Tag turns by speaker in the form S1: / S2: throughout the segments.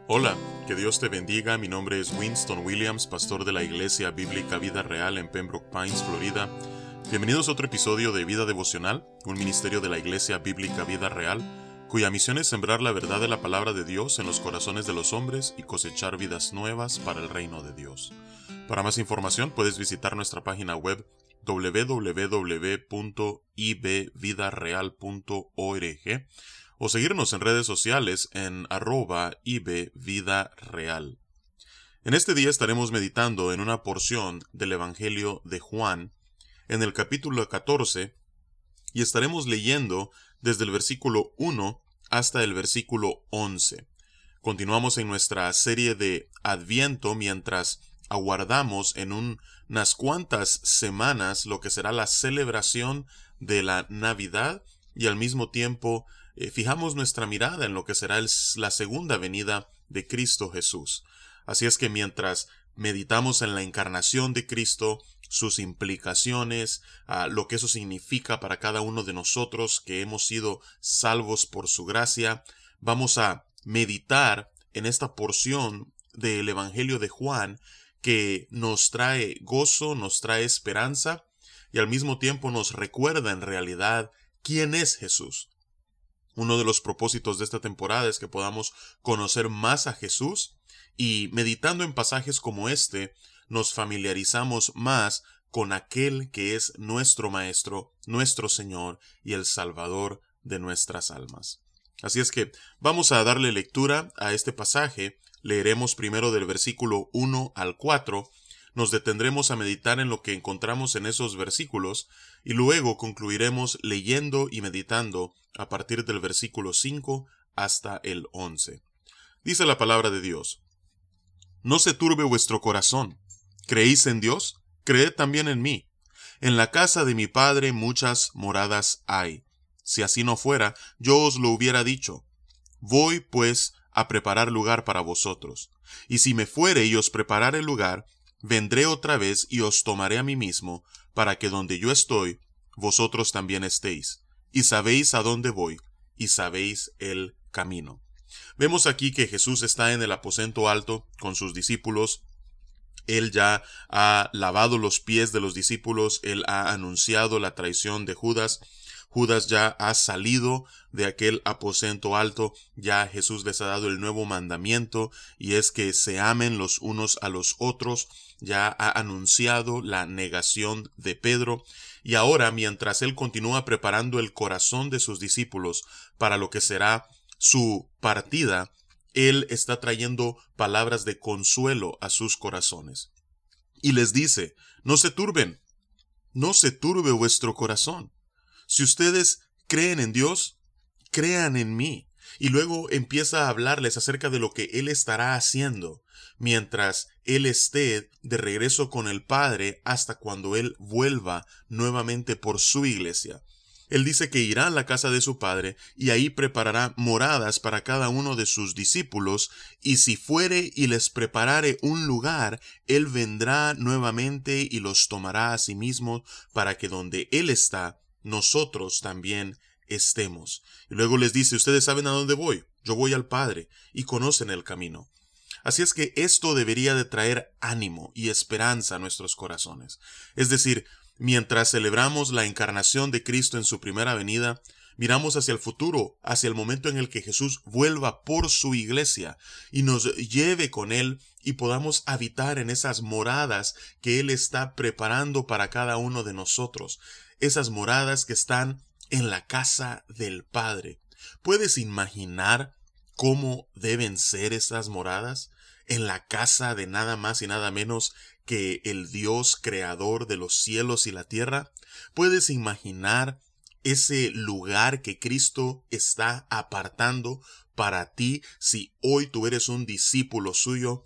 S1: Hola, que Dios te bendiga. Mi nombre es Winston Williams, pastor de la Iglesia Bíblica Vida Real en Pembroke Pines, Florida. Bienvenidos a otro episodio de Vida Devocional, un ministerio de la Iglesia Bíblica Vida Real, cuya misión es sembrar la verdad de la palabra de Dios en los corazones de los hombres y cosechar vidas nuevas para el reino de Dios. Para más información puedes visitar nuestra página web www.ibvidareal.org o seguirnos en redes sociales en @ibvidareal. En este día estaremos meditando en una porción del Evangelio de Juan, en el capítulo 14, y estaremos leyendo desde el versículo 1 hasta el versículo 11. Continuamos en nuestra serie de Adviento mientras aguardamos en unas cuantas semanas lo que será la celebración de la Navidad y al mismo tiempo fijamos nuestra mirada en lo que será la segunda venida de Cristo Jesús. Así es que mientras meditamos en la encarnación de Cristo, sus implicaciones, lo que eso significa para cada uno de nosotros que hemos sido salvos por su gracia, vamos a meditar en esta porción del Evangelio de Juan que nos trae gozo, nos trae esperanza y al mismo tiempo nos recuerda en realidad quién es Jesús. Uno de los propósitos de esta temporada es que podamos conocer más a Jesús y meditando en pasajes como este, nos familiarizamos más con aquel que es nuestro Maestro, nuestro Señor y el Salvador de nuestras almas. Así es que vamos a darle lectura a este pasaje. Leeremos primero del versículo 1 al 4, nos detendremos a meditar en lo que encontramos en esos versículos y luego concluiremos leyendo y meditando a partir del versículo 5 hasta el 11. Dice la palabra de Dios: No se turbe vuestro corazón. ¿Creéis en Dios? Creed también en mí. En la casa de mi Padre muchas moradas hay. Si así no fuera, yo os lo hubiera dicho. Voy, pues, a preparar lugar para vosotros. Y si me fuere y os preparare lugar, vendré otra vez y os tomaré a mí mismo, para que donde yo estoy, vosotros también estéis. Y sabéis a dónde voy, y sabéis el camino. Vemos aquí que Jesús está en el aposento alto con sus discípulos. Él ya ha lavado los pies de los discípulos, él ha anunciado la traición de Judas. Judas ya ha salido de aquel aposento alto, ya Jesús les ha dado el nuevo mandamiento, y es que se amen los unos a los otros. Ya ha anunciado la negación de Pedro, y ahora, mientras él continúa preparando el corazón de sus discípulos para lo que será su partida, él está trayendo palabras de consuelo a sus corazones. Y les dice: no se turben, no se turbe vuestro corazón. Si ustedes creen en Dios, crean en mí. Y luego empieza a hablarles acerca de lo que Él estará haciendo mientras Él esté de regreso con el Padre hasta cuando Él vuelva nuevamente por su iglesia. Él dice que irá a la casa de su Padre y ahí preparará moradas para cada uno de sus discípulos, y si fuere y les preparare un lugar, Él vendrá nuevamente y los tomará a sí mismo, para que donde Él está, nosotros también estemos. Y luego les dice: ustedes saben a dónde voy, yo voy al Padre, y conocen el camino. Así es que esto debería de traer ánimo y esperanza a nuestros corazones. Es decir, mientras celebramos la encarnación de Cristo en su primera venida, miramos hacia el futuro, hacia el momento en el que Jesús vuelva por su iglesia y nos lleve con Él y podamos habitar en esas moradas que Él está preparando para cada uno de nosotros. Esas moradas que están en la casa del Padre. ¿Puedes imaginar cómo deben ser esas moradas? En la casa de nada más y nada menos que el Dios creador de los cielos y la tierra. ¿Puedes imaginar ese lugar que Cristo está apartando para ti si hoy tú eres un discípulo suyo?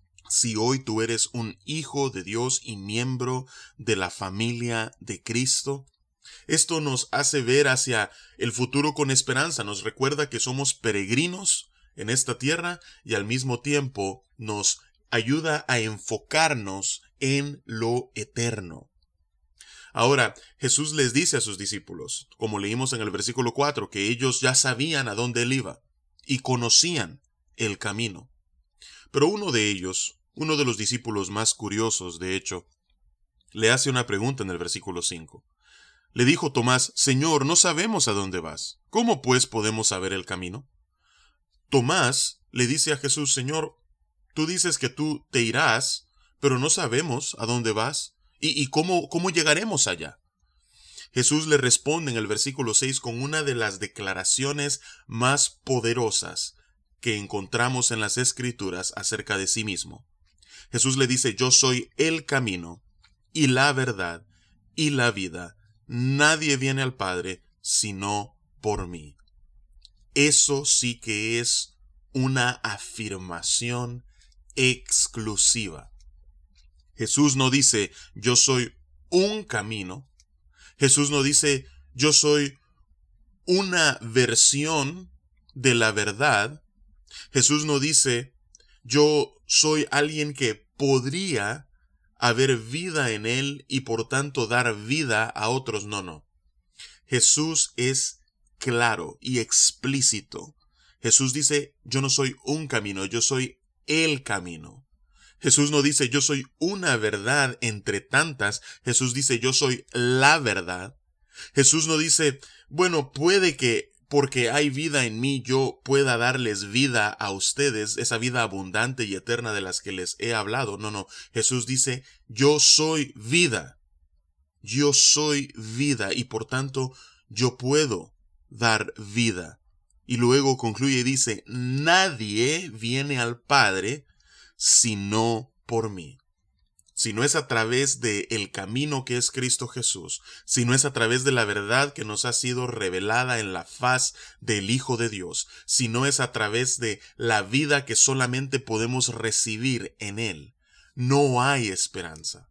S1: Si hoy tú eres un hijo de Dios y miembro de la familia de Cristo. Esto nos hace ver hacia el futuro con esperanza, nos recuerda que somos peregrinos en esta tierra y al mismo tiempo nos ayuda a enfocarnos en lo eterno. Ahora, Jesús les dice a sus discípulos, como leímos en el versículo 4, que ellos ya sabían a dónde Él iba y conocían el camino. Pero uno de ellos, uno de los discípulos más curiosos, de hecho, le hace una pregunta en el versículo 5. Le dijo Tomás: Señor, no sabemos a dónde vas. ¿Cómo pues podemos saber el camino? Tomás le dice a Jesús: Señor, tú dices que tú te irás, pero no sabemos a dónde vas y cómo llegaremos allá. Jesús le responde en el versículo 6 con una de las declaraciones más poderosas que encontramos en las Escrituras acerca de sí mismo. Jesús le dice: yo soy el camino y la verdad y la vida. Nadie viene al Padre sino por mí. Eso sí que es una afirmación exclusiva. Jesús no dice: yo soy un camino. Jesús no dice: yo soy una versión de la verdad. Jesús no dice: yo soy alguien que podría haber vida en él y por tanto dar vida a otros. No. Jesús es claro y explícito. Jesús dice: yo no soy un camino, yo soy el camino. Jesús no dice: yo soy una verdad entre tantas. Jesús dice: yo soy la verdad. Jesús no dice: bueno, puede que porque hay vida en mí yo pueda darles vida a ustedes, esa vida abundante y eterna de las que les he hablado. No. Jesús dice: yo soy vida. Yo soy vida y por tanto yo puedo dar vida. Y luego concluye y dice: nadie viene al Padre sino por mí. Si no es a través del camino que es Cristo Jesús, si no es a través de la verdad que nos ha sido revelada en la faz del Hijo de Dios, si no es a través de la vida que solamente podemos recibir en Él, no hay esperanza.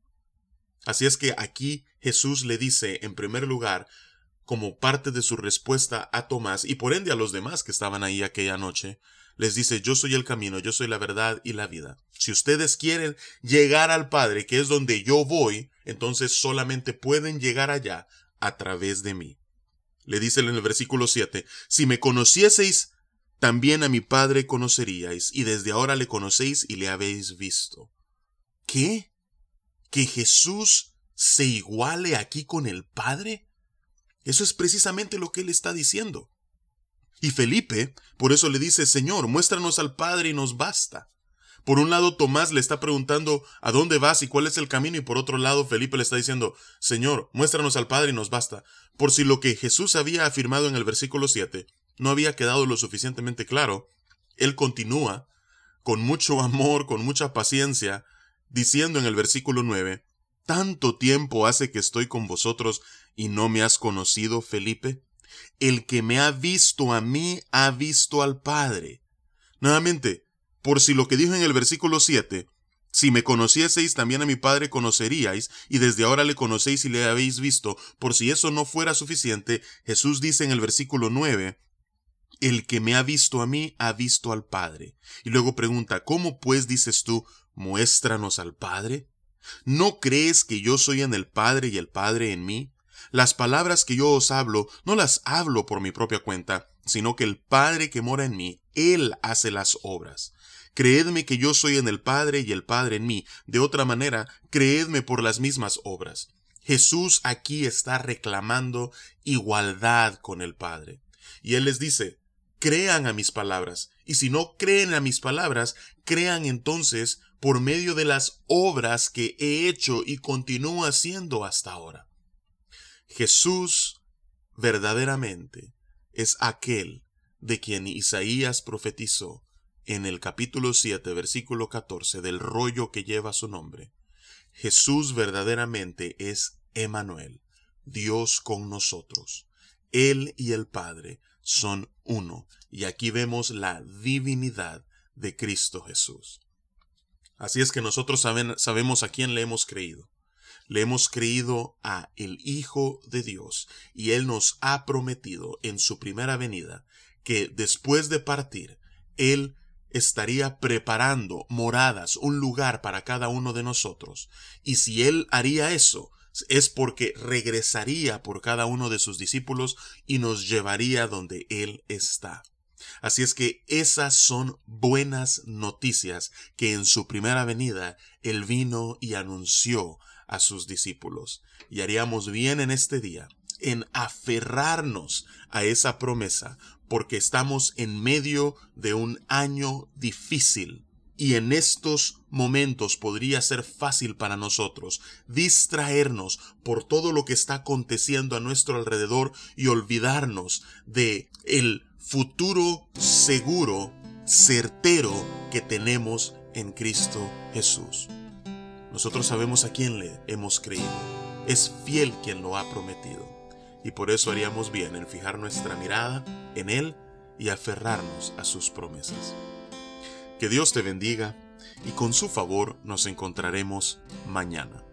S1: Así es que aquí Jesús le dice, en primer lugar, como parte de su respuesta a Tomás y por ende a los demás que estaban ahí aquella noche, les dice: yo soy el camino, yo soy la verdad y la vida. Si ustedes quieren llegar al Padre, que es donde yo voy, entonces solamente pueden llegar allá a través de mí. Le dice en el versículo 7, si me conocieseis, también a mi Padre conoceríais, y desde ahora le conocéis y le habéis visto. ¿Qué? ¿Que Jesús se iguale aquí con el Padre? Eso es precisamente lo que él está diciendo. Y Felipe, por eso le dice: Señor, muéstranos al Padre y nos basta. Por un lado, Tomás le está preguntando ¿a dónde vas y cuál es el camino? Y por otro lado, Felipe le está diciendo: Señor, muéstranos al Padre y nos basta. Por si lo que Jesús había afirmado en el versículo 7 no había quedado lo suficientemente claro, él continúa con mucho amor, con mucha paciencia, diciendo en el versículo 9, ¿tanto tiempo hace que estoy con vosotros y no me has conocido, Felipe? El que me ha visto a mí ha visto al Padre. Nuevamente, por si lo que dijo en el versículo 7, si me conocieseis, también a mi Padre conoceríais, y desde ahora le conocéis y le habéis visto. Por si eso no fuera suficiente, Jesús dice en el versículo 9, el que me ha visto a mí ha visto al Padre. Y luego pregunta: ¿cómo pues dices tú, muéstranos al Padre? ¿No crees que yo soy en el Padre y el Padre en mí? Las palabras que yo os hablo, no las hablo por mi propia cuenta, sino que el Padre que mora en mí, Él hace las obras. Creedme que yo soy en el Padre y el Padre en mí. De otra manera, creedme por las mismas obras. Jesús aquí está reclamando igualdad con el Padre. Y Él les dice: crean a mis palabras. Y si no creen a mis palabras, crean entonces por medio de las obras que he hecho y continúo haciendo hasta ahora. Jesús verdaderamente es aquel de quien Isaías profetizó en el capítulo 7, versículo 14, del rollo que lleva su nombre. Jesús verdaderamente es Emmanuel, Dios con nosotros. Él y el Padre son uno, y aquí vemos la divinidad de Cristo Jesús. Así es que nosotros sabemos a quién le hemos creído. Le hemos creído a el Hijo de Dios, y Él nos ha prometido en su primera venida que después de partir, Él estaría preparando moradas, un lugar para cada uno de nosotros. Y si Él haría eso, es porque regresaría por cada uno de sus discípulos y nos llevaría donde Él está. Así es que esas son buenas noticias que en su primera venida Él vino y anunció a sus discípulos. Y haríamos bien en este día en aferrarnos a esa promesa, porque estamos en medio de un año difícil. Y en estos momentos podría ser fácil para nosotros distraernos por todo lo que está aconteciendo a nuestro alrededor y olvidarnos de el futuro seguro, certero que tenemos en Cristo Jesús. Nosotros sabemos a quién le hemos creído. Es fiel quien lo ha prometido. Y por eso haríamos bien en fijar nuestra mirada en Él y aferrarnos a sus promesas. Que Dios te bendiga y con su favor nos encontraremos mañana.